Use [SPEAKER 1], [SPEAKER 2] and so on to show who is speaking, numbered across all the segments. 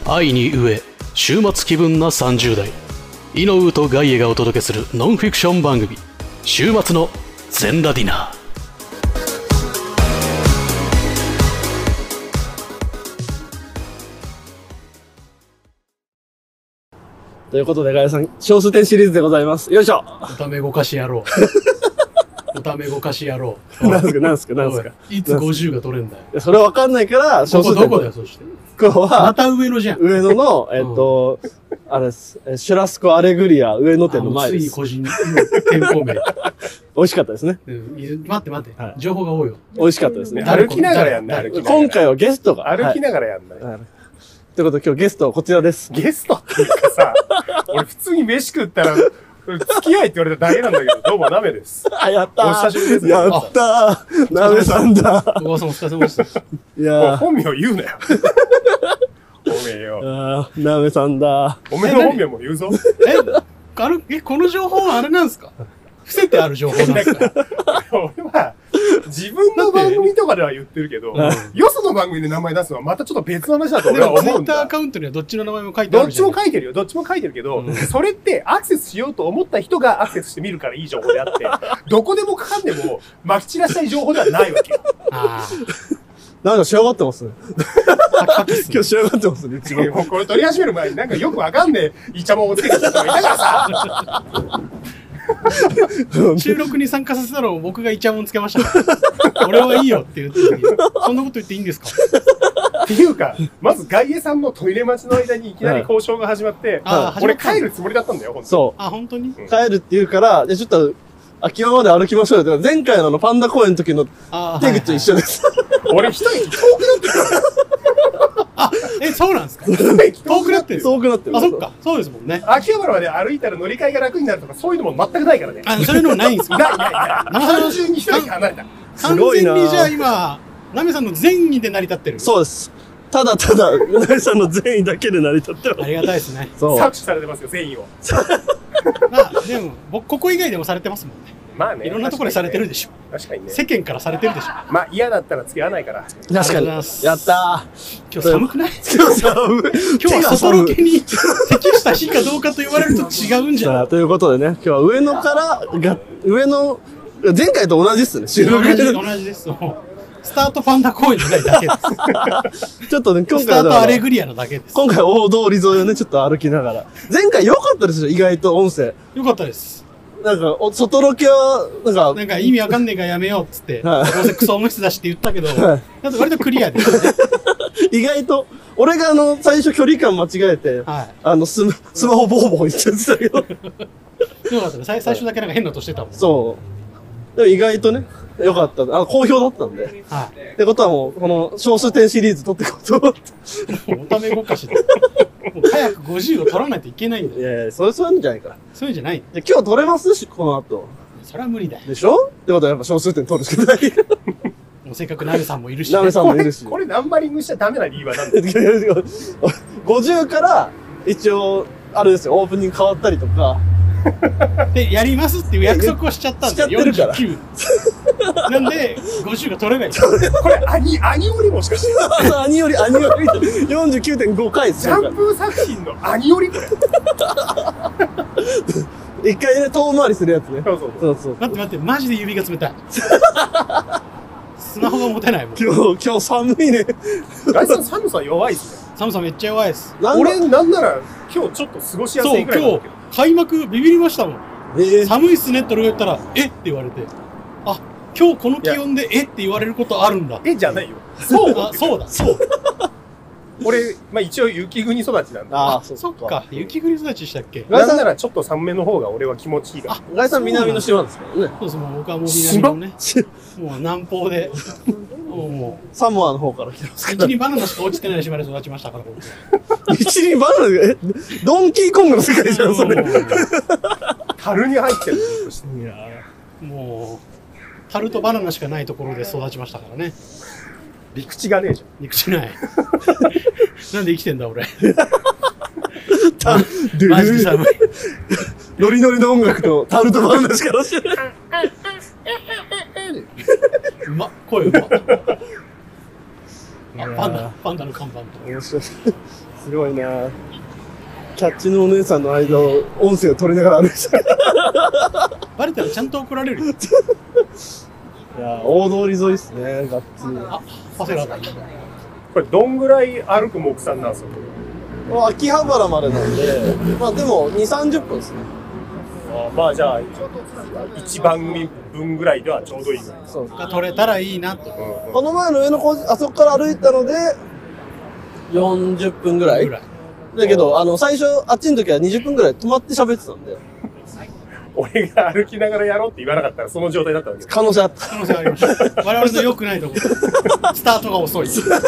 [SPEAKER 1] 愛に飢え週末気分な30代イノウとガイエがお届けするノンフィクション番組週末の全裸ディナー。
[SPEAKER 2] ということで、ガイさん、小数点シリーズでございます。よいしょ。
[SPEAKER 1] おためごかし野郎。おためごかし野郎。
[SPEAKER 2] なんすか
[SPEAKER 1] いつ50が取れんだよ。
[SPEAKER 2] それわかんないから、
[SPEAKER 1] 小数点。どこだよ、そして。
[SPEAKER 2] ここは、
[SPEAKER 1] また上野じゃん。
[SPEAKER 2] 上野の、あれです。シュラスコアレグリア上野店の前です。
[SPEAKER 1] つい個人店舗名。
[SPEAKER 2] 美味しかったですね。
[SPEAKER 1] 待って。情報が多いよ。
[SPEAKER 2] 美味しかったですね。
[SPEAKER 3] 歩きながらやんない。
[SPEAKER 2] 今回はゲストが。
[SPEAKER 3] 歩きながらやんない。
[SPEAKER 2] ということで今日ゲストはこちらです。
[SPEAKER 3] ゲストっていうかさ、俺普通に飯食ったら、付き合いって言われただけなんだけど、どうもナメです。
[SPEAKER 2] あ、やったー。
[SPEAKER 3] お久しぶりですね。
[SPEAKER 2] やったー。ナメさんだ。
[SPEAKER 1] 小川さんお疲れ様です。
[SPEAKER 3] いや本名言うなよ。おめえよ。
[SPEAKER 2] ナメさんだ。
[SPEAKER 3] おめえの本名も言うぞ。
[SPEAKER 1] この情報はあれなんですか？伏せてある情報なんですか？
[SPEAKER 3] 俺は、自分の番組とかでは言ってるけど、よその番組で名前出すのはまたちょっと別の話だと俺は思うんだ。
[SPEAKER 1] ツイッターアカウントにはどっちの名前も書いてあるじゃん。
[SPEAKER 3] どっちも書いてるけど、それってアクセスしようと思った人がアクセスして見るからいい情報であって、どこでもかかんでも撒き散らしたい情報ではないわけよ。
[SPEAKER 2] なんか仕上がってますね。今日仕上がってますね、一番。
[SPEAKER 3] もうこれ取り始める前になんかよくわかんねえイチャモンをつけてきた人がいたからさ。
[SPEAKER 1] 収録に参加させたのを僕がイチャモンつけましたから。俺はいいよって言ってる時に、そんなこと言っていいんですか？
[SPEAKER 3] っていうか、まず外衛さんのトイレ待ちの間にいきなり交渉が始まって、俺帰るつもりだったんだよ、本当に。
[SPEAKER 2] そう。
[SPEAKER 1] 本当に？
[SPEAKER 2] 帰るって言うから、ちょっと、秋葉まで歩きましょうよ。前回のパンダ公園の時の手口と一緒です。
[SPEAKER 3] 俺一駅遠くなってるから。
[SPEAKER 1] そうなんですか？遠くなってる。
[SPEAKER 2] 遠くなってる。
[SPEAKER 1] そっか。そうですもんね。
[SPEAKER 3] 秋葉原まで歩いたら乗り換えが楽になるとかそういうのも全くないからね。
[SPEAKER 1] そういうのもないんですか？
[SPEAKER 3] ない。単純に一駅離れた。
[SPEAKER 1] 完全にじゃあ今、ナメさんの善意で成り立ってる。
[SPEAKER 2] そうです。ただ、ナメさんの善意だけで成り立ってる。
[SPEAKER 1] ありがたいですね。
[SPEAKER 2] そう。
[SPEAKER 3] 搾取されてますよ、善意を。
[SPEAKER 1] でも、僕、ここ以外でもされてますもんね。
[SPEAKER 3] まあね。
[SPEAKER 1] いろんなところでされてるでしょ。
[SPEAKER 3] 確かにね。
[SPEAKER 1] 世間からされてるでしょ。
[SPEAKER 3] まあ嫌だったら付き合わないから。
[SPEAKER 2] 確かに。やった
[SPEAKER 1] ー。今日寒くない？
[SPEAKER 2] 今日
[SPEAKER 1] は外ロケに適した日かどうかと言われると違うんじゃない？
[SPEAKER 2] ということでね、今日は上野前回と同じっすね、収録。
[SPEAKER 1] 同じです。スタートパンダ公園じゃないだけです。
[SPEAKER 2] ちょっとね、今回は。
[SPEAKER 1] スタートアレグリアのだけです。
[SPEAKER 2] 今回大通り沿いをね、ちょっと歩きながら。前回良かったですよ、意外と音声。
[SPEAKER 1] 良かったです。
[SPEAKER 2] なんか、外ロケは、
[SPEAKER 1] なんか意味わかんねえからやめようっつって、どうせクソ音質だしって言ったけど、割とクリアですよね。
[SPEAKER 2] 意外と、俺が最初距離感間違えて、スマホボコボコ言っちゃってたけど。
[SPEAKER 1] よかったね。最初だけなんか変な音してたもん。
[SPEAKER 2] そう。でも意外とね、良かった。好評だったんで。ってことはもう、この小数点シリーズ撮っていこうと思って。
[SPEAKER 1] おためごかしで。もう早く50を取らないといけないんだよ。
[SPEAKER 2] いやそういうんじゃないから。
[SPEAKER 1] そういうんじゃない。
[SPEAKER 2] で今日取れますし、この後。
[SPEAKER 1] それは無理だよ。
[SPEAKER 2] でしょってことはやっぱ小数点取るしかない。
[SPEAKER 1] もうせっかくナメさんもいるし。
[SPEAKER 2] ナメさんもいるし。
[SPEAKER 3] これナンバリングしちゃダメな理由は何ですか
[SPEAKER 2] ？50から一応、あれですよ、オープニング変わったりとか。
[SPEAKER 1] で、やりますっていう約束をしちゃったんで、
[SPEAKER 2] 49。
[SPEAKER 1] なんで、50が取れない。
[SPEAKER 3] これ、兄折もしかして。
[SPEAKER 2] 兄折。49.5 回です
[SPEAKER 3] よ。ジャンプ作品の兄折これ。
[SPEAKER 2] 一回ね、遠回りするやつね。
[SPEAKER 1] そう。待って、マジで指が冷たい。スマホが持てないもん。
[SPEAKER 2] 今日寒いね。
[SPEAKER 3] ガイさん寒さ弱いっすね。
[SPEAKER 1] 寒さめっちゃ弱いです。
[SPEAKER 3] 俺なんなら今日ちょっと過ごしやすいぐらいなんだけど。
[SPEAKER 1] 開幕ビビりましたもん。寒いっすねって俺が言ったら、えって言われて。あ、今日この気温でえって言われることあるんだ。
[SPEAKER 3] えじゃないよ。そう
[SPEAKER 1] だ。
[SPEAKER 3] 俺、まあ一応雪国育ちなんだ。
[SPEAKER 1] そっか。雪国育ちしたっけ？
[SPEAKER 3] なんならちょっと寒めの方が俺は気持ちいいから。
[SPEAKER 2] ガイさん南の島ですからね。
[SPEAKER 1] そうです、もう僕はもう南のね。もう南方で。もう
[SPEAKER 2] サモアの方から来てますから。
[SPEAKER 1] 道にバナナしか落ちてない島で育ちましたから、僕。
[SPEAKER 2] 道にバナナドンキーコングの世界じゃん、それ。
[SPEAKER 3] 樽に入ってる。
[SPEAKER 1] いやもう、樽とバナナしかないところで育ちましたからね。
[SPEAKER 3] 陸地がねえじゃん。
[SPEAKER 1] 陸地ない。なんで生きてんだ、俺。
[SPEAKER 2] マジで寒い。ノリノリの音楽とタルトバナナしか知らない。
[SPEAKER 1] 声うま。 パンダの看板と。
[SPEAKER 2] 面白い。すごいな。キャッチのお姉さんの間を音声を取りながら歩いてた。
[SPEAKER 1] バレたらちゃんと怒られるよ。
[SPEAKER 2] いや、大通り沿いですね、がっつり。
[SPEAKER 1] パセラだ。
[SPEAKER 3] これどんぐらい歩く目算なんですか？
[SPEAKER 2] 秋葉原までなんで、まあでも2、30分ですね。
[SPEAKER 3] まあじゃあ1番組分ぐらいではちょうどいいぐらい。
[SPEAKER 2] そう
[SPEAKER 1] が取れたらいいなと。
[SPEAKER 2] この前の上野工事、あそこから歩いたので、40分ぐらい。だけど、最初、あっちの時は20分ぐらい止まって喋ってたんで。
[SPEAKER 3] 俺が歩きながらやろうって言わなかったらその状態だったわけです。
[SPEAKER 2] 可能性あった。
[SPEAKER 1] 可能性ありました。我々の良くないところ。スタートが遅い。
[SPEAKER 2] スタ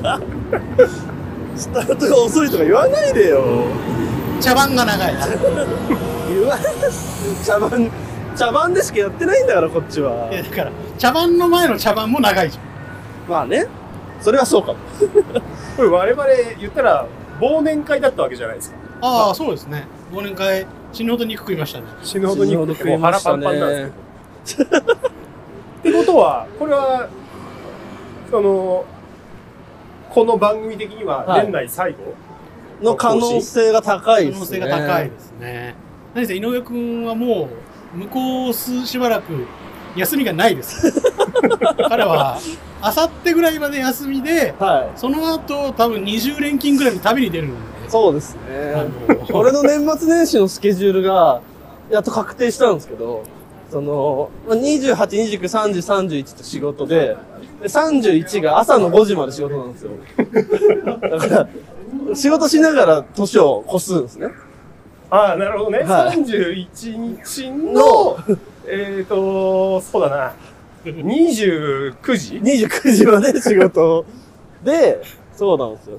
[SPEAKER 2] ートが遅いとか言わないでよ。
[SPEAKER 1] 茶番が長い。
[SPEAKER 2] 言わない。茶番でしかやってないんだから、こっちは。
[SPEAKER 1] いやだから茶番の前の茶番も長いじゃん。
[SPEAKER 2] まあね。それはそうかも。
[SPEAKER 3] これ我々言ったら忘年会だったわけじゃないですか。
[SPEAKER 1] ああ、そうですね。忘年会死ぬほど肉食いましたね。
[SPEAKER 3] 死ぬほど肉食ってもう腹パンパンなんですけど。ってことはこれはこの番組的には年内最後
[SPEAKER 2] の可能性が高いですね。
[SPEAKER 1] 可能性が高いですね。何せ井上くんはもう向こうしばらく休みがないです。彼はあさってぐらいまで休みで、
[SPEAKER 2] はい、
[SPEAKER 1] その後多分20連勤ぐらいの旅に出るんで。
[SPEAKER 2] そうですね。俺の年末年始のスケジュールがやっと確定したんですけど、28、29、30、31と仕事で、31が朝の5時まで仕事なんですよ。だから、仕事しながら年を越すんですね。
[SPEAKER 3] ああ、なるほどね。
[SPEAKER 2] はい、
[SPEAKER 3] 31日の、そうだな。29時
[SPEAKER 2] ?29 時まで仕事で、そうなんですよ。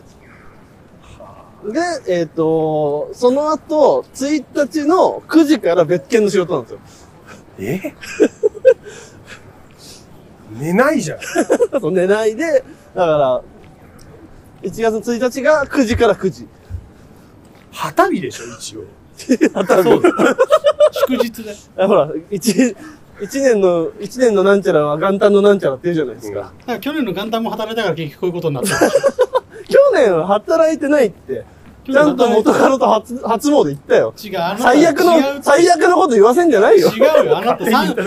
[SPEAKER 2] で、その後、1日の9時から別件の仕事なんですよ。
[SPEAKER 3] 寝ないじゃん。
[SPEAKER 2] そう寝ないで、だから、1月1日が9時から9時。
[SPEAKER 3] 旗日でしょ、一応。
[SPEAKER 2] 旗日。
[SPEAKER 1] 祝日で。
[SPEAKER 2] ほら、一年のなんちゃらは元旦のなんちゃらって言うじゃないですか。
[SPEAKER 1] だから去年の元旦も働いたから結局こういうことになった。
[SPEAKER 2] 去年は働いてないって。ちゃんと元カノと初詣行ったよ。
[SPEAKER 1] 違う、あなた
[SPEAKER 2] 最悪のこと言わせんじゃないよ。
[SPEAKER 1] 違うよ、あなた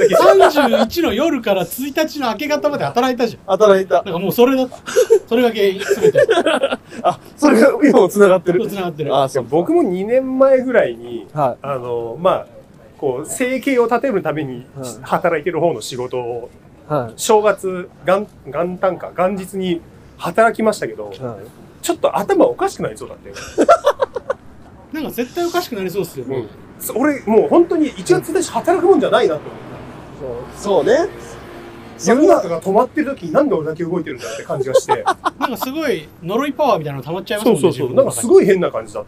[SPEAKER 1] 31の夜から1日の明け方まで働いたじゃん。
[SPEAKER 2] 働いた。
[SPEAKER 1] だからもうそれが原因、すべて。
[SPEAKER 2] あ、それが今も繋がってる。
[SPEAKER 1] 繋がってる。
[SPEAKER 3] あ、そう僕も2年前ぐらいに、
[SPEAKER 2] はい、
[SPEAKER 3] まあ、こう、生計を立てるために働いてる方の仕事を、はい、正月、元旦か、元日に働きましたけど、はい、ちょっと頭おかしくなりそうだったよ。
[SPEAKER 1] なんか絶対おかしくなりそうっすよ。
[SPEAKER 3] 俺、もう本当に1月1日働くもんじゃないなと思った。
[SPEAKER 2] そうね。
[SPEAKER 3] 世の中が止まってる時になんで俺だけ動いてるんだって感じがして。
[SPEAKER 1] なんかすごい呪いパワーみたいなの溜まっちゃいますもんね。
[SPEAKER 3] そう。なんかすごい変な感じだった。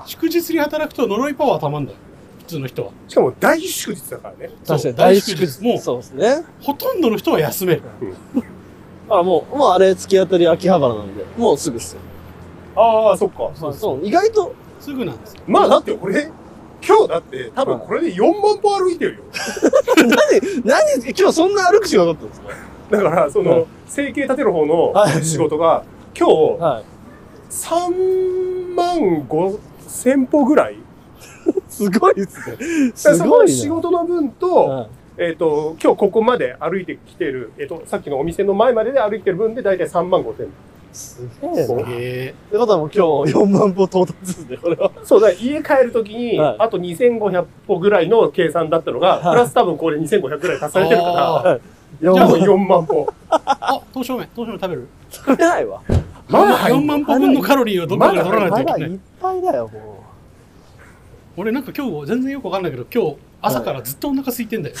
[SPEAKER 1] 祝日に働くと呪いパワー溜まんだよ。普通の人は。
[SPEAKER 3] しかも大祝日だからね。
[SPEAKER 2] 確かに大祝日。もう、そうですね。
[SPEAKER 1] ほとんどの人は休める。
[SPEAKER 2] もうあれ突き当たり秋葉原なんで、もうすぐっすよ。
[SPEAKER 3] ああ、そっか。
[SPEAKER 2] そう、意外と。
[SPEAKER 1] すぐなんですよ。
[SPEAKER 3] まあだって俺、今日だって多分これで4万歩歩いてるよ。
[SPEAKER 2] 何今日そんな歩く仕事だったんですか？
[SPEAKER 3] だから、生計立てる方の仕事が、今日、3万5千歩ぐらい。
[SPEAKER 2] すごいですね。
[SPEAKER 3] その仕事の分と、今日ここまで歩いてきてる、さっきのお店の前までで歩いてる分で大体3万5千歩。
[SPEAKER 2] すげえな。ってことはもう今日4万歩到達ですね、これは。
[SPEAKER 3] そうだ、家帰るときに、あと2500歩ぐらいの計算だったのが、プラス多分これ2500ぐらい足されてるから、じゃあもう4万歩。
[SPEAKER 1] あ、刀削麺食べる？
[SPEAKER 2] 食べないわ。
[SPEAKER 1] まだ4万歩分のカロリーをどこから取らないといけない。
[SPEAKER 2] まだいっぱいだよ、もう。
[SPEAKER 1] 俺なんか今日全然よくわかんないけど、今日朝からずっとお腹空いてんだよ。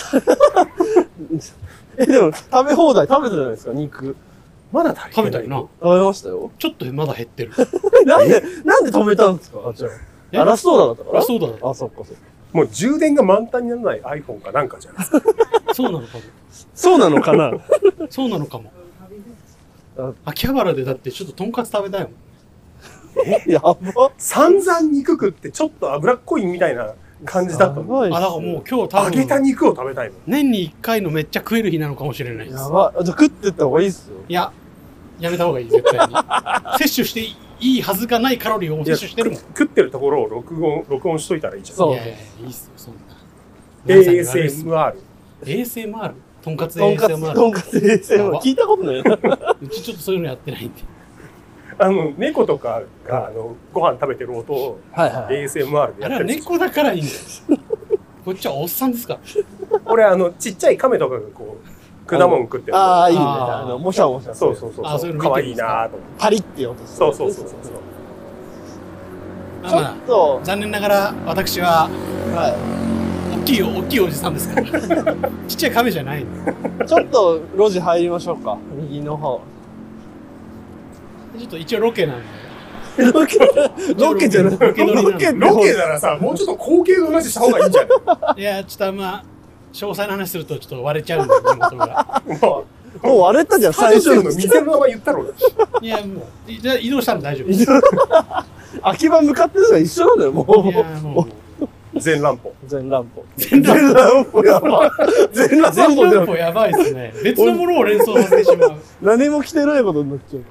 [SPEAKER 2] でも食べ放題食べたじゃないですか、肉。
[SPEAKER 3] まだ食べたい
[SPEAKER 1] な。
[SPEAKER 2] 食べましたよ。
[SPEAKER 1] ちょっとまだ減ってる。
[SPEAKER 2] なんで止めたんですか？じゃあ。ラストオーダーだったから？
[SPEAKER 1] ラストオーダーだった。
[SPEAKER 2] あ、そっか。
[SPEAKER 3] もう充電が満タンにならない iPhone かなんかじゃないですか。
[SPEAKER 1] そうなのかも。
[SPEAKER 2] そうなのかな？
[SPEAKER 1] そうなのかも。秋葉原でだってちょっととんかつ食べたいもん。
[SPEAKER 2] やば。
[SPEAKER 3] 散々肉食ってちょっと脂っこいみたいな感じだったの。
[SPEAKER 1] だからもう今日多分
[SPEAKER 3] 揚げた肉を食べたいの。
[SPEAKER 1] 年に1回のめっちゃ食える日なのかもしれないです。
[SPEAKER 2] やば。じゃあ食ってった方がいいっすよ。
[SPEAKER 1] いや、 やめた方がいい、絶対に。摂取していいはずがないカロリーをもう摂取してるもん。
[SPEAKER 3] 食ってるところを録音しといたらいいじゃん。
[SPEAKER 2] そう。
[SPEAKER 1] いやいや、いいっすよ、そんな。
[SPEAKER 3] ASMR。
[SPEAKER 1] ASMR？とんかつ
[SPEAKER 2] とんかつ ASMR。聞いたことないな。
[SPEAKER 1] うちちょっとそういうのやってないんで。
[SPEAKER 3] 猫とかが、ご飯食べてる音を、ASMR でやったりする。
[SPEAKER 1] あれは猫だからいいんだよ。こっちはおっさんですから。
[SPEAKER 3] 俺、ちっちゃい亀とかがこう、果物食ってる。
[SPEAKER 2] ああ、いいね。もしゃもしゃ。
[SPEAKER 3] そうそうそう。かわいいなぁと思って。
[SPEAKER 2] パリって音する。
[SPEAKER 3] そうそうそう。
[SPEAKER 2] ちょっと、
[SPEAKER 1] 残念ながら私は、大きいおじさんですから。ちっちゃい亀じゃない。
[SPEAKER 2] ちょっと路地入りましょうか。右の方。
[SPEAKER 1] ちょっと一応ロケなんで。
[SPEAKER 2] ロケじゃない。
[SPEAKER 1] ロケ乗りなんで。
[SPEAKER 3] ロケならさ、もうちょっと光景の話した方がいいんじゃない？
[SPEAKER 1] いや、ちょっと詳細な話するとちょっと割れちゃうんで、地元が。
[SPEAKER 2] もう割れたじゃん、最初の
[SPEAKER 3] 店の名前言ったろ。
[SPEAKER 1] いや、もう、じゃあ移動したら大丈夫。
[SPEAKER 2] 秋葉向かってるのが一緒なんだよ、もう。
[SPEAKER 1] いや、もう。
[SPEAKER 3] 全乱歩。
[SPEAKER 2] 全乱歩。
[SPEAKER 1] 全乱
[SPEAKER 2] 歩やばい。全乱
[SPEAKER 1] 歩やばいですね。別のものを連想させてしまう。
[SPEAKER 2] 何も着てないことになっちゃうから。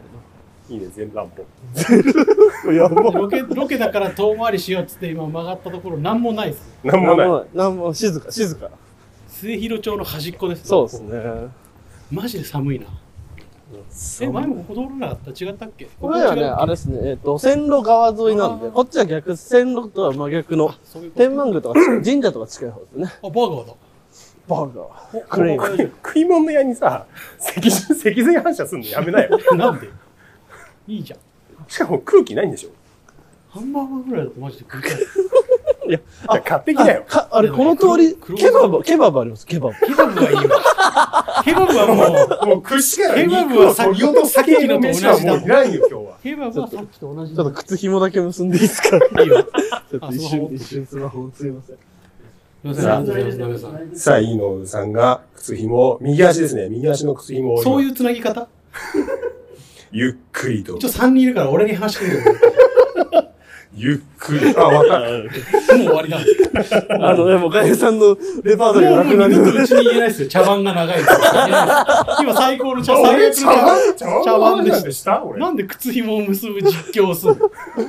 [SPEAKER 3] いいね、全乱歩。
[SPEAKER 2] やばい。
[SPEAKER 1] ロケだから遠回りしようっつって今曲がったところ何もないです。
[SPEAKER 3] 何もない。
[SPEAKER 2] 何も静か。
[SPEAKER 1] 末広町の端っこです。
[SPEAKER 2] そうですね。
[SPEAKER 1] マジで寒いな。前もここ通らなかった？違ったっけ？
[SPEAKER 2] これはね、あれですね、線路側沿いなんで、こっちは逆、線路とは真逆の、天満宮とか神社とか近い方ですね。
[SPEAKER 1] あ、バーガーだ。
[SPEAKER 2] バーガー。
[SPEAKER 3] 食い物屋にさ、脊髄反射するのやめなよ。
[SPEAKER 1] なんで？いいじゃん。
[SPEAKER 3] しかも空気ないんでしょ？
[SPEAKER 1] ハンバーガーぐらいだとマジで食いたい。
[SPEAKER 2] いや、
[SPEAKER 3] 買ってきなよ。
[SPEAKER 2] あれ、この通り、ケバブあります、ケバブ。
[SPEAKER 1] ケバブはいいわ。ケバブは
[SPEAKER 3] もう串から
[SPEAKER 1] ケバブはさっき
[SPEAKER 3] の酒の飯はもういらんよ、今日は。
[SPEAKER 1] ケバブはさっきと同じ。
[SPEAKER 2] ちょっと靴紐だけ結んでいいですか？
[SPEAKER 1] いいわ。
[SPEAKER 2] ちょっと一瞬スマホすいません。
[SPEAKER 3] さあ、飯野さんが靴紐、右足ですね。右足の靴紐を。
[SPEAKER 1] そういうつなぎ方？
[SPEAKER 3] ゆっくりと。
[SPEAKER 1] 3人いるから俺に話してくれる。
[SPEAKER 3] ゆっくり。あ、わかる。
[SPEAKER 1] もう終わりだ。
[SPEAKER 2] でも、ガエさんのレパートリーがなくなる。
[SPEAKER 1] もううちに言えないですよ。茶番が長い。今最高の茶番でした。なんで靴紐を結ぶ実況をするの？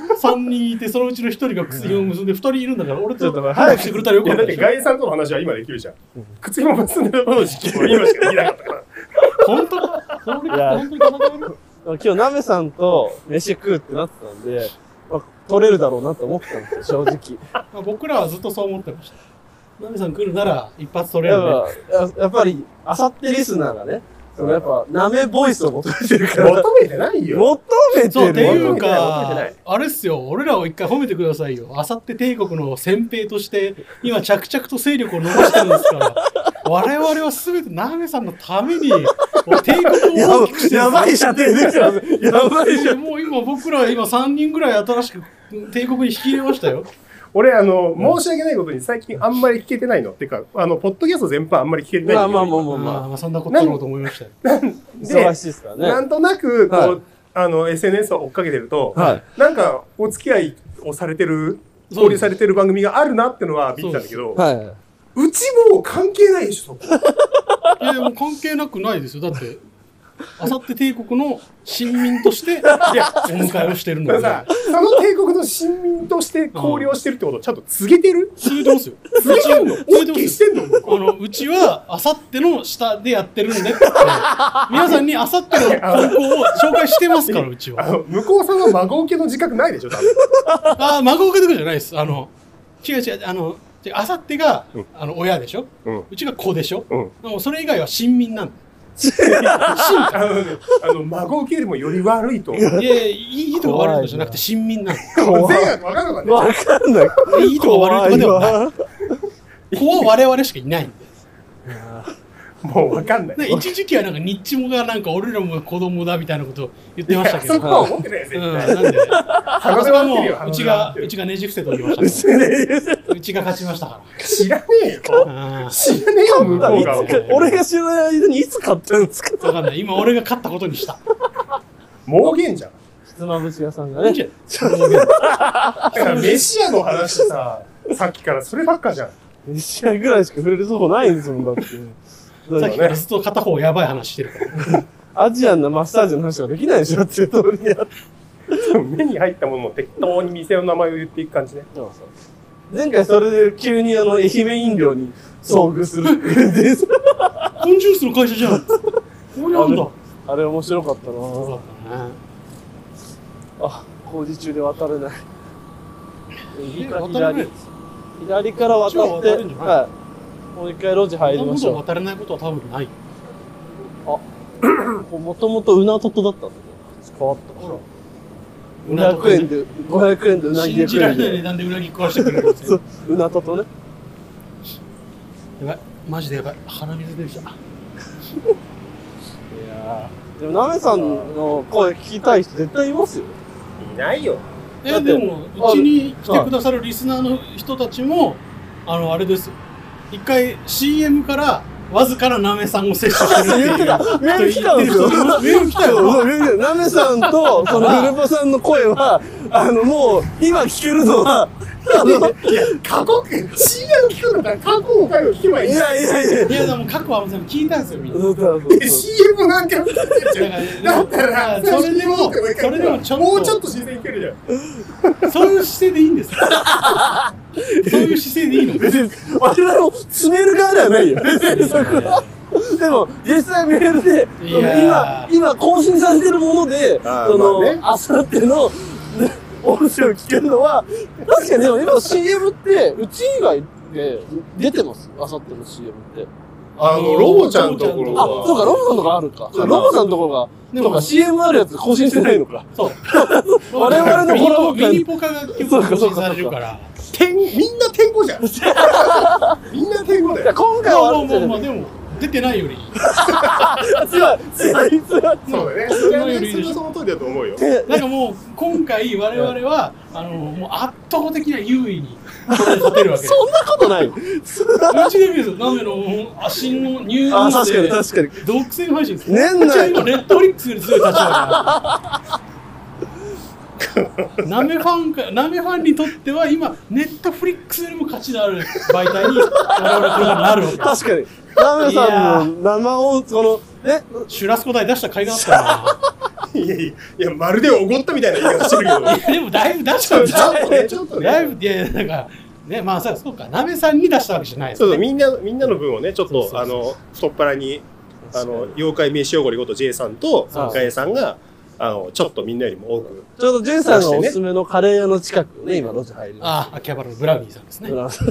[SPEAKER 1] 3 人いて、そのうちの1人が靴紐を結んで、2人いるんだから、俺と早くしてくれたらよかった。
[SPEAKER 3] だってガエさんとの話は今できるじゃん。靴紐結んでるの実況は今しかできなかったから。
[SPEAKER 1] 本当？本当に戦える？
[SPEAKER 2] 今日、ナメさんと飯食うってなってたんで、取れるだろうなと思ってたんですよ、正直。
[SPEAKER 1] 僕らはずっとそう思ってました。ナメさん来るなら一発取れるね。
[SPEAKER 2] やっぱり、あさってリスナーがね、やっぱ、ナメボイスを求めてるから。
[SPEAKER 3] 求めてないよ。
[SPEAKER 2] 求めてる。
[SPEAKER 1] そう、っていうか、あれっすよ、俺らを一回褒めてくださいよ。あさって帝国の先兵として、今着々と勢力を伸ばしてるんですから。我々は全てナメさんのために、帝国を大きくしてる。
[SPEAKER 2] やばい射程ですよ。やばい射程。
[SPEAKER 1] もう今僕ら3人ぐらい新しく帝国に引き入れましたよ。
[SPEAKER 3] 俺、申し訳ないことに最近あんまり聞けてないの。ってか、ポッドキャスト全般あんまり聞けてない。
[SPEAKER 2] ま
[SPEAKER 1] あ、そんなことだろうと思いましたよ。
[SPEAKER 2] 忙しいですからね。
[SPEAKER 3] なんとなく、こう、SNS を追っかけてると、なんか、お付き合いをされてる、交流されてる番組があるなってのは見てたんだけど、うちもう関係ないでしょ、そこ。
[SPEAKER 1] いや、もう関係なくないですよ。だって、あさって帝国の親民としてお迎えをしてるので。
[SPEAKER 3] さ、その帝国の親民として交流をしてるってことをちゃんと告げてる？
[SPEAKER 1] 告げてますよ。
[SPEAKER 3] 告げてんの？ OK してんの？
[SPEAKER 1] うちはあさっての下でやってるんでって、皆さんにあさっての方向を紹介してますから、うちは。
[SPEAKER 3] 向こうさんは孫受けの自覚ないでしょ、多分。
[SPEAKER 1] あ、孫受けとかじゃないです。違う。あさってが、親でしょ、うちが子でしょ、もうそれ以外は親民なんだ。
[SPEAKER 3] 孫受けよりもより悪いと。
[SPEAKER 1] いやいいとか悪いとかじゃなくて親民なんだ。
[SPEAKER 3] 全額分かるのかね。
[SPEAKER 2] 分かんない。
[SPEAKER 1] いいとか悪いとかではない。子は我々しかいないんで。
[SPEAKER 3] もう分かんない。
[SPEAKER 1] 一時期はなんかニッチモがなんか俺らも子供だみたいなことを言ってましたけど。
[SPEAKER 3] そこは思ってないよ、絶対。
[SPEAKER 1] なんで、それはもううちがねじ伏せと言いました。うちが勝ちましたから。
[SPEAKER 3] 知らねえよ。知らねえよ、向こうが。
[SPEAKER 2] 俺が知らない間にいつ買ったんですか？
[SPEAKER 1] 分かんない。今俺が勝ったことにした。
[SPEAKER 3] 盲言じゃん。
[SPEAKER 2] ひつまぶし屋さんがね。
[SPEAKER 3] だから飯屋の話さ、さっきからそればっかじゃん。
[SPEAKER 2] 飯屋ぐらいしか触れるとこないんですもん、だって。
[SPEAKER 1] さっきからずっと片方やばい話してるから。
[SPEAKER 2] アジアンなマッサージの話はできないでしょっていう通りにあって。
[SPEAKER 3] 目に入ったものを適当に店の名前を言っていく感じね。
[SPEAKER 2] そうそう。前回それで急に愛媛飲料に遭遇するっていうです。
[SPEAKER 1] コンジュースの会社じゃん。これなんだ。
[SPEAKER 2] あれ面白かったな
[SPEAKER 1] そうだったね。
[SPEAKER 2] あ、工事中で渡れない。右か
[SPEAKER 1] 渡れない
[SPEAKER 2] 左から渡
[SPEAKER 1] こっちは渡
[SPEAKER 2] って、
[SPEAKER 1] れるんじゃない
[SPEAKER 2] はい。もう一回路地入りましょう。
[SPEAKER 1] 渡れないことは多分ない。
[SPEAKER 2] もともとうなととだったんだけど、変わったから。500円で、500円でうなぎ
[SPEAKER 1] 信じられない
[SPEAKER 2] で
[SPEAKER 1] 値段でうなぎ食わしてくれるんですよ。
[SPEAKER 2] うなととね。
[SPEAKER 1] やばい。マジでやばい。鼻水出てきた。
[SPEAKER 2] いやーでもなめさんの声聞きたい人絶対いますよ。
[SPEAKER 3] いないよ。
[SPEAKER 2] だって
[SPEAKER 1] でも、うちに来てくださるリスナーの人たちも、あれですよ。一回 CM からわずかななめさんを摂取してるっていう。
[SPEAKER 2] メール来たんですよ。
[SPEAKER 1] メール来たよ。
[SPEAKER 2] そうメール来た。なめさんと、そのフルポさんの声は、もう、今聞けるのは、
[SPEAKER 3] いや、過去、CM 聞くんだったら過去の回を聞けばいい。
[SPEAKER 2] いやいやいや。
[SPEAKER 1] いや、でも過去は全部聞いたんですよ、みんな。
[SPEAKER 3] CM なんか見たってじゃん。だったら、
[SPEAKER 1] それでもちょっと。
[SPEAKER 3] もうちょっと自然いけるじゃん。
[SPEAKER 1] そういう姿勢でいいんですよ。そういう姿勢でいいの。
[SPEAKER 2] 別に、我々も詰める側ではないよ。別にそこは。でも、実際メールで、今更新されてるもので、あさっての音声を聞けるのは、確かにでも今 CM って、うち以外で出てますあさっての CM って。
[SPEAKER 3] ロボちゃんのところ
[SPEAKER 2] あ、そうか、ロボさんのとこあるか。ロボさんのところが、そうか、CM あるやつ更新してないのか。
[SPEAKER 1] そう。
[SPEAKER 2] 我々のコラボ
[SPEAKER 1] ミニポカが結構更新されるから。
[SPEAKER 3] みんな天狗じゃん。みんな天狗だよ。
[SPEAKER 2] 今回はあるんじゃない
[SPEAKER 1] でも、出てないよりいい。
[SPEAKER 2] 強い。
[SPEAKER 3] そうだね。その通りだと思うよ。
[SPEAKER 1] なんかもう、今回我々は、もう圧倒的な優位に立てるわけです。
[SPEAKER 2] そんなことない。
[SPEAKER 1] うちで見ると、ナメの足の入門
[SPEAKER 2] 確かに
[SPEAKER 1] で、
[SPEAKER 2] 確かに。
[SPEAKER 1] 独占配信です。
[SPEAKER 2] 年内
[SPEAKER 1] うちは今、ネットフリックスより強い立場だナメファンにとっては今、ネットフリックスよりも価値のある媒体に我々これがなるわけです。
[SPEAKER 2] 確かに。ナメさんの生を、ね。
[SPEAKER 1] シュラスコ台出した甲斐があったな。
[SPEAKER 3] いや、まるでおごったみたいな言い方してるけど。
[SPEAKER 1] いや、でもだいぶ出したんだ
[SPEAKER 3] ちょっとね。
[SPEAKER 1] だいぶ、いや、なんか、ね、まあそうか、なめさんに出したわけじゃないですね。
[SPEAKER 3] そう、みんなの分をね、ちょっと、太っ腹に、妖怪飯おごりごと J さんと、ガエさんが、ちょっとみんなよりも多く。
[SPEAKER 2] ちょうど J さんのおすすめのカレー屋の近くね、今路地入ります。
[SPEAKER 1] ああ、秋葉原のブラウニーさんですね。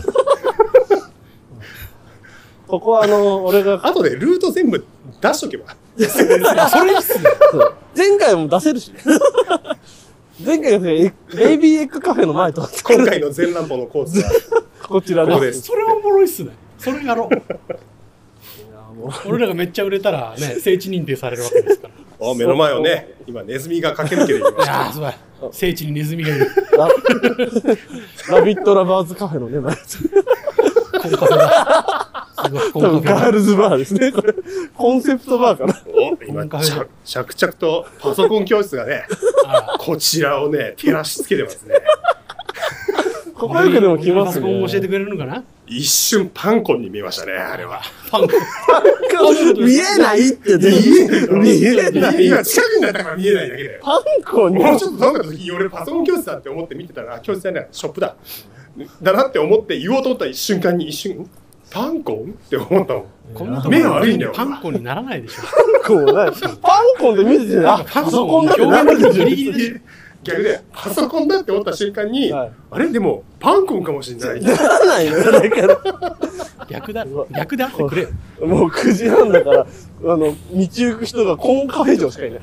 [SPEAKER 2] ここは俺が、
[SPEAKER 3] あとでルート全部出しとけば。
[SPEAKER 1] それいいっすね。
[SPEAKER 2] 前回も出せるし。前回がベイビーエッグカフェの前と
[SPEAKER 3] 今回の全乱歩のコースは、
[SPEAKER 2] こちら
[SPEAKER 3] ここです。
[SPEAKER 1] それはおもろいっすね。それやろう。俺らがめっちゃ売れたらね、聖地認定されるわけですから。
[SPEAKER 3] 目の前をね、今ネズミが駆け抜けていきま
[SPEAKER 1] い
[SPEAKER 3] した。
[SPEAKER 1] やー、すごい。聖地にネズミがいる。
[SPEAKER 2] ラビットラバーズカフェのね、前。
[SPEAKER 1] コンカフェだ。すごい、コ
[SPEAKER 2] 多分
[SPEAKER 1] ンカフェだ。
[SPEAKER 2] ガールズバーですね、これ。コンセプトバーかな。
[SPEAKER 3] 今、着々とパソコン教室がね、こちらをね、照らしつけてますね。
[SPEAKER 2] ここよくでも来ますね。
[SPEAKER 1] パソコン教えてくれるのかな。
[SPEAKER 3] 一瞬パンコンに見えましたね、あれは。
[SPEAKER 1] パンコン。
[SPEAKER 2] 見えないってね。見えない。
[SPEAKER 3] 今近くになったから見えないだけだよ。
[SPEAKER 2] パンコに。
[SPEAKER 3] もうちょっとどんな時俺パソコン教室だって思って見てたら、教室じゃない、ショップだ。だなって思って言おうと思った瞬間にパンコンって思ったもん。
[SPEAKER 1] こんなところ
[SPEAKER 3] 目が悪いんだよ。
[SPEAKER 1] パンコンにならないでしょ。
[SPEAKER 2] パンコンない。パンコンで見てて、あ、パソコンだってなんだ
[SPEAKER 1] ギリギリでしょ。
[SPEAKER 3] 逆で、パソコンだって思った瞬間に、あれでも、パンコンかもしれない。
[SPEAKER 2] ならないのよ、だから。
[SPEAKER 1] 逆であってくれよ。
[SPEAKER 2] もう9時半だから、道行く人がコーンカフェ場しかいない。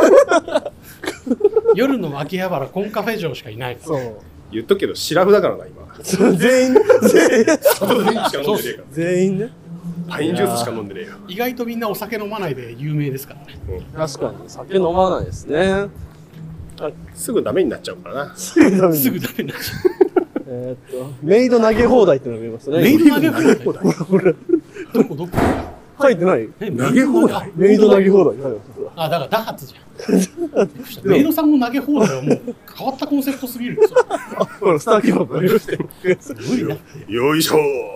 [SPEAKER 1] 夜の秋葉原コンカフェ場しかいない。
[SPEAKER 2] そう。
[SPEAKER 3] 言っとくけど、シラフだからな、今。
[SPEAKER 2] 全員
[SPEAKER 3] 外でしか飲んでねえから。
[SPEAKER 2] 全員ね。
[SPEAKER 3] パインジュースしか飲んでねえよ。
[SPEAKER 1] 意外とみんなお酒飲まないで有名ですからね。
[SPEAKER 2] 確かに、酒飲まないですね。
[SPEAKER 3] すぐダメになっちゃうからな。
[SPEAKER 2] すぐダメ
[SPEAKER 1] すぐダメになっちゃ
[SPEAKER 2] メイド投げ放題ってのが見えます
[SPEAKER 1] う。
[SPEAKER 2] ね。
[SPEAKER 1] メイド投げ放題。
[SPEAKER 2] ほら。
[SPEAKER 1] どこ
[SPEAKER 2] 書いてない
[SPEAKER 3] 投げ放題
[SPEAKER 2] メイド投げ放題。
[SPEAKER 1] あ、だからダーツじゃん。メイドさんも投げ放題はもう変わったコンセプトすぎるよ。
[SPEAKER 2] ほら、スターキーパーが許してる。
[SPEAKER 1] 無理だって。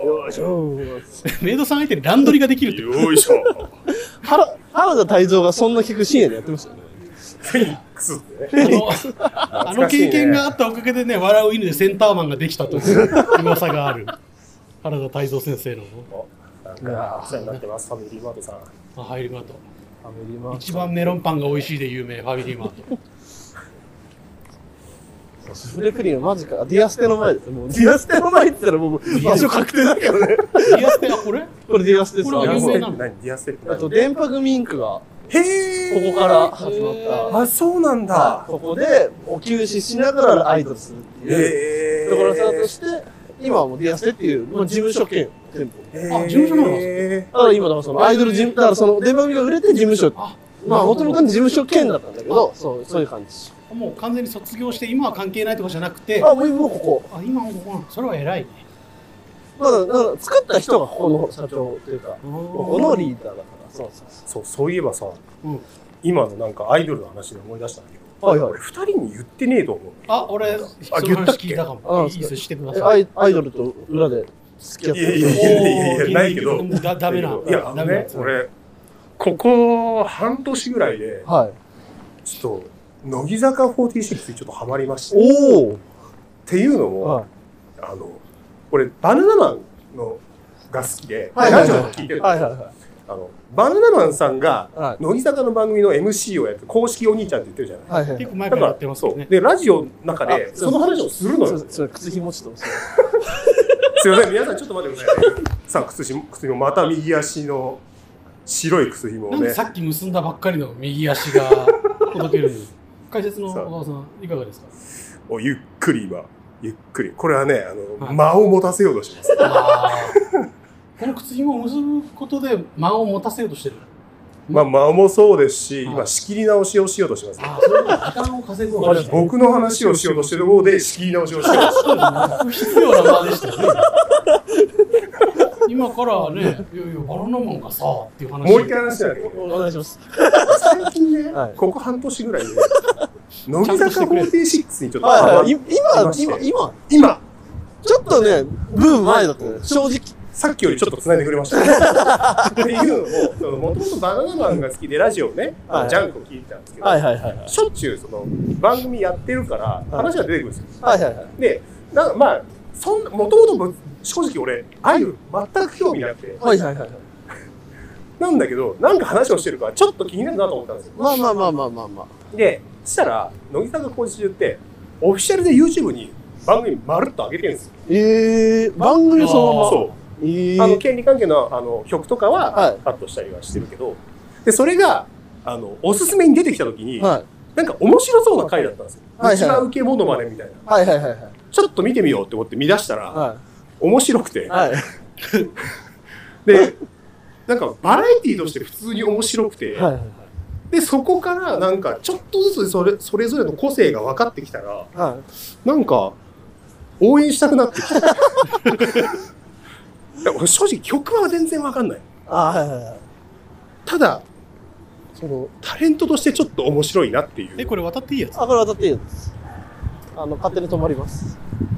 [SPEAKER 3] よいしょ
[SPEAKER 2] よいしょ。
[SPEAKER 1] メイドさん相手にランドリができるって。
[SPEAKER 3] よいしょ
[SPEAKER 2] 原田泰造がそんな曲深夜でやってましたよね。
[SPEAKER 3] フェニックスってね。
[SPEAKER 1] あの経験があったおかげでね、笑う犬でセンターマンができたという噂がある。原田泰造先生の。
[SPEAKER 3] なんか、お世話になってます、ファミリーマートさん。
[SPEAKER 1] ファミリーマート。
[SPEAKER 2] ファミリーマート。
[SPEAKER 1] 一番メロンパンが美味しいで有名、ファミリーマート。
[SPEAKER 2] スフレクリームマジか。ディアステの前です。もうディアステの前って言ったらもう場所確定だけどね。
[SPEAKER 1] ディアステはこれ
[SPEAKER 2] これディアステです。
[SPEAKER 1] これは有名なの？
[SPEAKER 3] 何ディアステって何？
[SPEAKER 2] あと、電波組インクが、
[SPEAKER 3] へー。
[SPEAKER 2] ここから始まった。
[SPEAKER 3] あ、そうなんだ。
[SPEAKER 2] ここで、お給仕しながらアイドルするっていう。ところスタートして、今はもうディアステっていう、もう事務所兼店舗。
[SPEAKER 1] あ、事務所なんです
[SPEAKER 2] だから今、だからそのアイドル事務、だからその電波組が売れて事務所。まあ、もともと事務所兼だったんだけど、そういう感じ。
[SPEAKER 1] もう完全に卒業して今は関係ないとかじゃなくて、
[SPEAKER 2] あ、もうここ。
[SPEAKER 1] あ、今もここなの。それは偉いね。
[SPEAKER 2] まだ作った人がここの社長というか、ここのリーダーだから。
[SPEAKER 3] そういえばさ、今のなんかアイドルの話で思い出したんだけど、
[SPEAKER 2] はいはい。
[SPEAKER 3] 俺2人に言ってねえと思う。
[SPEAKER 1] あ、俺、その話聞いたかも。いいです、してください。
[SPEAKER 2] アイドルと裏で付き合ってる。
[SPEAKER 3] いや、ないけど。
[SPEAKER 1] ダメな。
[SPEAKER 3] いや、ね、俺、ここ半年ぐらいで、ちょっと、乃木坂46にちょっとハマりました。っていうのも、俺、バナナマンのが好きで、ラジオを聞いてるんですよ。バナナマンさんが、乃木坂の番組の MC をやって、公式お兄ちゃんって言ってるじゃない。
[SPEAKER 1] 結構前からやってますよね。
[SPEAKER 3] で、ラジオの中で、その話をするのよ。
[SPEAKER 2] 靴ひもちょっと。
[SPEAKER 3] すいません、皆さんちょっと待ってくださいね。さあ、靴ひも、また右足の白い靴ひもをね。
[SPEAKER 1] さっき結んだばっかりの右足が届ける。解説の小川さん、いかがですか？
[SPEAKER 3] ゆっくり今、ゆっくり。これはね、間を持たせようとします。
[SPEAKER 1] この靴ひもを結ぶことで間を持たせようとしてる。
[SPEAKER 3] まあ、間もそうですし、今、仕切り直しをしようとします。
[SPEAKER 1] そういう時間を稼ぐわけですね。
[SPEAKER 3] 僕の話をしようとしてる方で、仕切り直しをしようとしてる。
[SPEAKER 1] 不必要な間でしたよね。今からね、いやいや、バナナマンがさ、っていう話。
[SPEAKER 3] もう一回話してあげる。
[SPEAKER 2] お願いします。
[SPEAKER 3] 最近ね、ここ半年ぐらいで、乃木坂46にちょっと今
[SPEAKER 2] ちょっとね、ブーム前だったね、正直。
[SPEAKER 3] さっきよりちょっと繋いでくれました。っていうのも、もともとバナナマンが好きでラジオね、ジャンクを聞いてたんですけど、しょっちゅうその番組やってるから話が出てくるんですよ。で、なんかまあ、もともと正直俺、アイドル全く興味なくて。なんだけど、なんか話をしてるからちょっと気になるなと思ったんですよ。
[SPEAKER 2] まあ。
[SPEAKER 3] で、そしたら、乃木坂46って、オフィシャルで YouTube に番組まるっと上げてるんですよ。
[SPEAKER 2] 番組そのまま。
[SPEAKER 3] そう。権利関係の曲とかはカットしたりはしてるけど、で、それが、おすすめに出てきたときに、なんか面白そうな回だったんですよ。一番受けモノマネみたいな。ちょっと見てみようって思って見出したら、面白くて。で、なんかバラエティーとして普通に面白くて、で、そこからなんかちょっとずつそれぞれの個性が分かってきたら、なんか応援したくなってきた。俺正直曲は全然分かんない。ただ、そのタレントとしてちょっと面白いなっていう。
[SPEAKER 1] これ渡っていいやつ？
[SPEAKER 2] これ渡っていいやつ。勝手に止まります。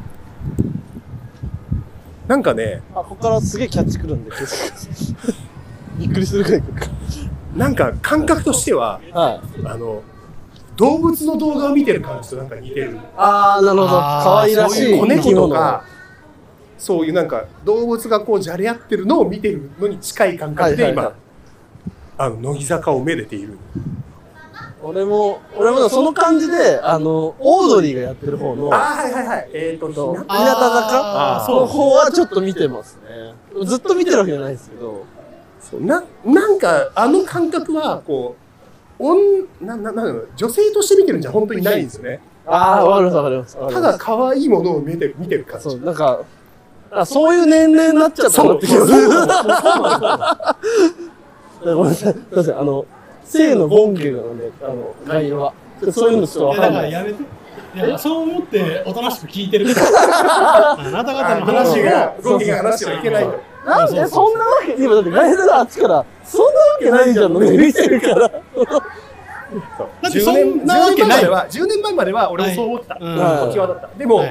[SPEAKER 3] なんかね、
[SPEAKER 2] ここからすげえキャッチくるんで、びっくりするくらい来るか。
[SPEAKER 3] なんか感覚としては、動物の動画を見てる感じとなんか似てる。
[SPEAKER 2] なるほど。可愛らしい
[SPEAKER 3] 子猫とか、そういうなんか動物がこうじゃれ合ってるのを見てるのに近い感覚で今、乃木坂をめでている。
[SPEAKER 2] 俺もその感じで、オードリーがやってる方の、日向坂の方はちょっと見てますね。ずっと見てるわけじゃないですけど。
[SPEAKER 3] なんか、感覚は、こう、女性として見てるんじゃ本当にないんですよね。
[SPEAKER 2] わかります。
[SPEAKER 3] ただ可愛いものを見てる感じ。
[SPEAKER 2] そう、なんか、そういう年齢になっちゃったなって気がする。ごめんなさい。すいません。性のボンゲなんで、概要は。そういうのちょっとわかんない。
[SPEAKER 1] やめて。いや、そう思っておとなしく聞いてるから。あなた方の話が、
[SPEAKER 3] ボンゲが話してはいけないと。
[SPEAKER 2] なんでそんなわけ、今だってガイドがあっちから、そんなわけないじゃんの見てるから。
[SPEAKER 3] 10年前までは俺もそう思ってた。時はだった。でも、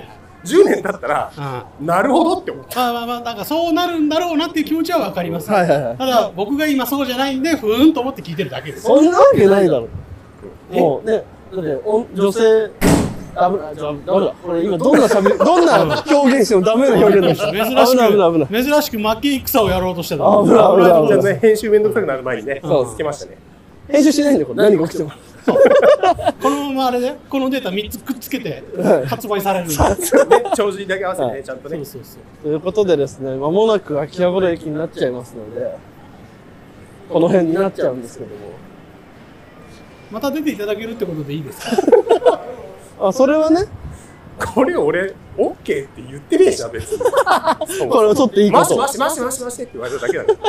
[SPEAKER 3] 10年経ったら、なるほどって思った。
[SPEAKER 1] なんかそうなるんだろうなっていう気持ちはわかります。
[SPEAKER 2] はいはいはい。
[SPEAKER 1] ただ、僕が今そうじゃないんで、ふーんと思って聞いてるだけです。
[SPEAKER 2] そんなわけないだろ。もうね、だって女性、ダメだ。これ今どんな表現してもダメな表現でした。
[SPEAKER 1] 珍しく負け戦をやろうとしてた。
[SPEAKER 3] じゃあね、編集めんどくさくなる前にね、つけましたね。
[SPEAKER 2] 編集しないんで、何が起きても。
[SPEAKER 1] このままあれで、このデータ3つくっつけて発売されるんで。
[SPEAKER 3] 帳尻だけ合わせてね、ちゃんとね。
[SPEAKER 2] ということでですね、間もなく秋葉原駅になっちゃいますので、この辺になっちゃうんですけども。
[SPEAKER 1] また出ていただけるってことでいいですか？
[SPEAKER 2] それはね。
[SPEAKER 3] これ俺、OK って言ってねえじゃん、別に。こ
[SPEAKER 2] れはちょっといいこと。
[SPEAKER 3] マシって言われただけだから。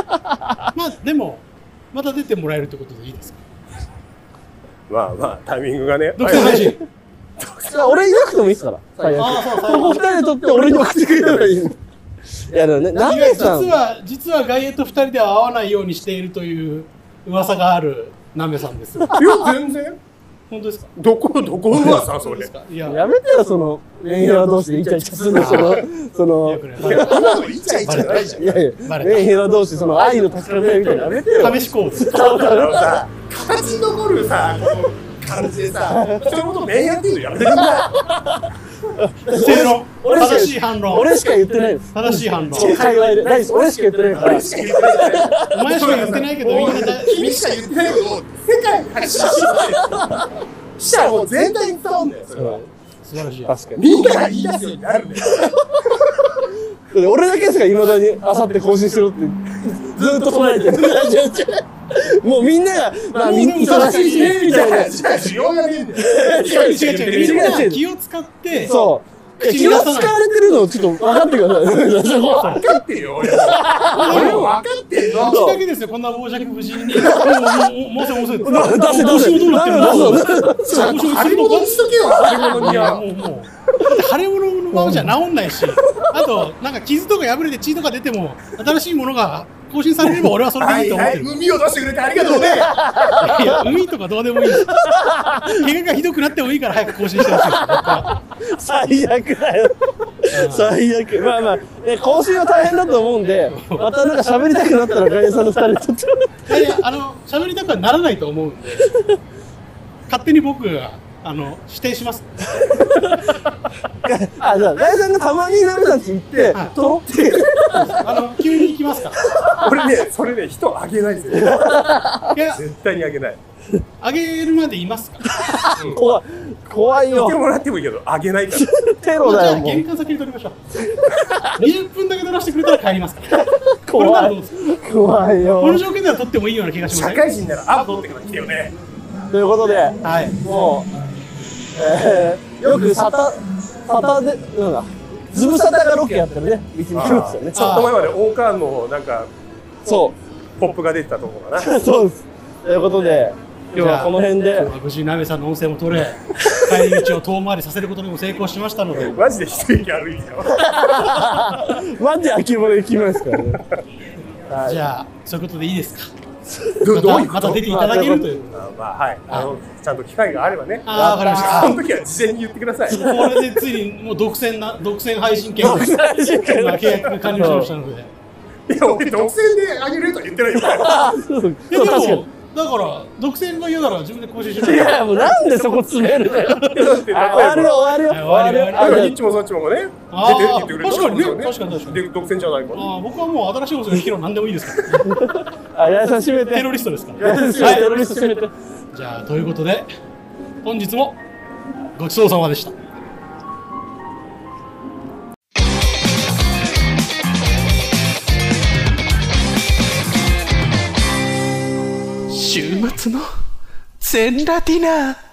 [SPEAKER 1] まあ、でも、また出てもらえるってことでいいですか？
[SPEAKER 3] まあ、タイミングがね。
[SPEAKER 2] 独占配信。俺いなくてもいいですから、最悪。ここ2人で撮って俺に送ってくれたらいい。いや、でもね、
[SPEAKER 1] 実は外野と2人では会わないようにしているという噂があるナメさんですよ。
[SPEAKER 3] いや、全然。
[SPEAKER 1] 本当ですか？
[SPEAKER 3] どこ噂それ。
[SPEAKER 2] やめてよ、その、メンヘラ同士でイチャイチャするの、その、
[SPEAKER 3] 今のイチャイチャないじゃん。
[SPEAKER 2] いやいや、メンヘラ同士、その愛の確かめみたいなやめてよ。
[SPEAKER 1] 試し行動。
[SPEAKER 3] 形に残るさ、この感じでさ、人のことメンヘラっていうのやめてくんない？
[SPEAKER 1] 正論。正しい反論。
[SPEAKER 2] 俺しか言ってないです。
[SPEAKER 1] 正しい反論。
[SPEAKER 2] 界隈で。俺しか言ってないから。
[SPEAKER 1] お前しか言ってないけど、
[SPEAKER 3] 君しか言ってないけど、世界に発信してしたらもう全体に伝わるんだよ、それは。
[SPEAKER 1] 素晴らしい。
[SPEAKER 2] 確かに。
[SPEAKER 3] みんなが言い出すようになるんだよ。
[SPEAKER 2] 俺だけですから、未だにあさって更新しろってずっと唱えてる。もうみんなが、みんな忙しいしね、みたいな。
[SPEAKER 3] 需要がねえんだよ。
[SPEAKER 1] 違う。気を使って、
[SPEAKER 2] そう。気を使われてるのちょっと分かってください。
[SPEAKER 3] 分かってるよ、俺も分かってるの。
[SPEAKER 1] うちだけですよ、こんな傍若無人に。もうせ。
[SPEAKER 2] 出せ。
[SPEAKER 1] どうなってるの？
[SPEAKER 3] 張り戻しとけよ、張り物には。
[SPEAKER 1] もう。腫れ物のままじゃ治んないし、あと、なんか傷とか破れて血とか出ても、新しいものが更新されれば俺はそれでいいと思ってる。
[SPEAKER 3] 海を出してくれてありがとうね。
[SPEAKER 1] いや、海とかどうでもいいです。怪我がひどくなってもいいから早く更新してほしいです。
[SPEAKER 2] 最悪だよ。最悪。まあ、更新は大変だと思うんで、またなんか喋りたくなったらガイさんの2人とちょっと。
[SPEAKER 1] いや、喋りたくはならないと思うんで、勝手に僕が、指定します。
[SPEAKER 2] じゃあ、ガイさんがたまにナメさんち行って、撮ろって。
[SPEAKER 1] 急に行きますか？
[SPEAKER 3] 俺ね、それね、人あげないですよ。絶対にあげない。
[SPEAKER 1] あげるまでいますか？
[SPEAKER 2] 怖いよ。
[SPEAKER 3] 見てもらってもいいけど、あげないから。
[SPEAKER 2] テロだよ、もう。
[SPEAKER 1] 玄関先に撮りましょう。20分だけ撮らせてくれたら帰りますから。
[SPEAKER 2] 怖いよ。
[SPEAKER 1] この条件では撮ってもいいような気がします。
[SPEAKER 3] 社会人なら、撮ってから来てよね。
[SPEAKER 2] ということで、もう、よくサタで、ズムサタがロケやってるね、道に来ますよね。
[SPEAKER 3] ちょっと前までオーカーンのなんか、
[SPEAKER 2] そう、
[SPEAKER 3] ポップが出てたところかな。
[SPEAKER 2] そうです。ということで、今日はこの辺で。
[SPEAKER 1] 無事、ナメさんの音声も取れ、帰り道を遠回りさせることにも成功しましたので。
[SPEAKER 3] マジで一息歩いてよ。
[SPEAKER 2] マジで秋葉原行きますからね。
[SPEAKER 1] じゃあ、そういうことでいいですか？
[SPEAKER 3] ま
[SPEAKER 1] た出ていただけるという。
[SPEAKER 3] はい。ちゃんと機会があればね。
[SPEAKER 1] わかりました。
[SPEAKER 3] その時は事前に言ってください。
[SPEAKER 1] これでついにもう独占配信権を契約が完了しましたので。
[SPEAKER 3] いや、俺独占であげるとは言ってないよ。
[SPEAKER 1] でもだから独占が嫌なら自分で更新しろ。
[SPEAKER 2] いや、もうなんでそこ詰めるのよ。終わるよ。
[SPEAKER 3] ニッチもそっちもね。
[SPEAKER 1] 確かにね。確かに。
[SPEAKER 3] で、独占じゃないから。
[SPEAKER 1] 僕はもう新しいことができるの何でもいいですから。
[SPEAKER 2] 八重さん閉めて。
[SPEAKER 1] テロリストですから。
[SPEAKER 2] テロリスト閉めて。
[SPEAKER 1] じゃあ、ということで、本日もごちそうさまでした。週末の全ラディナー。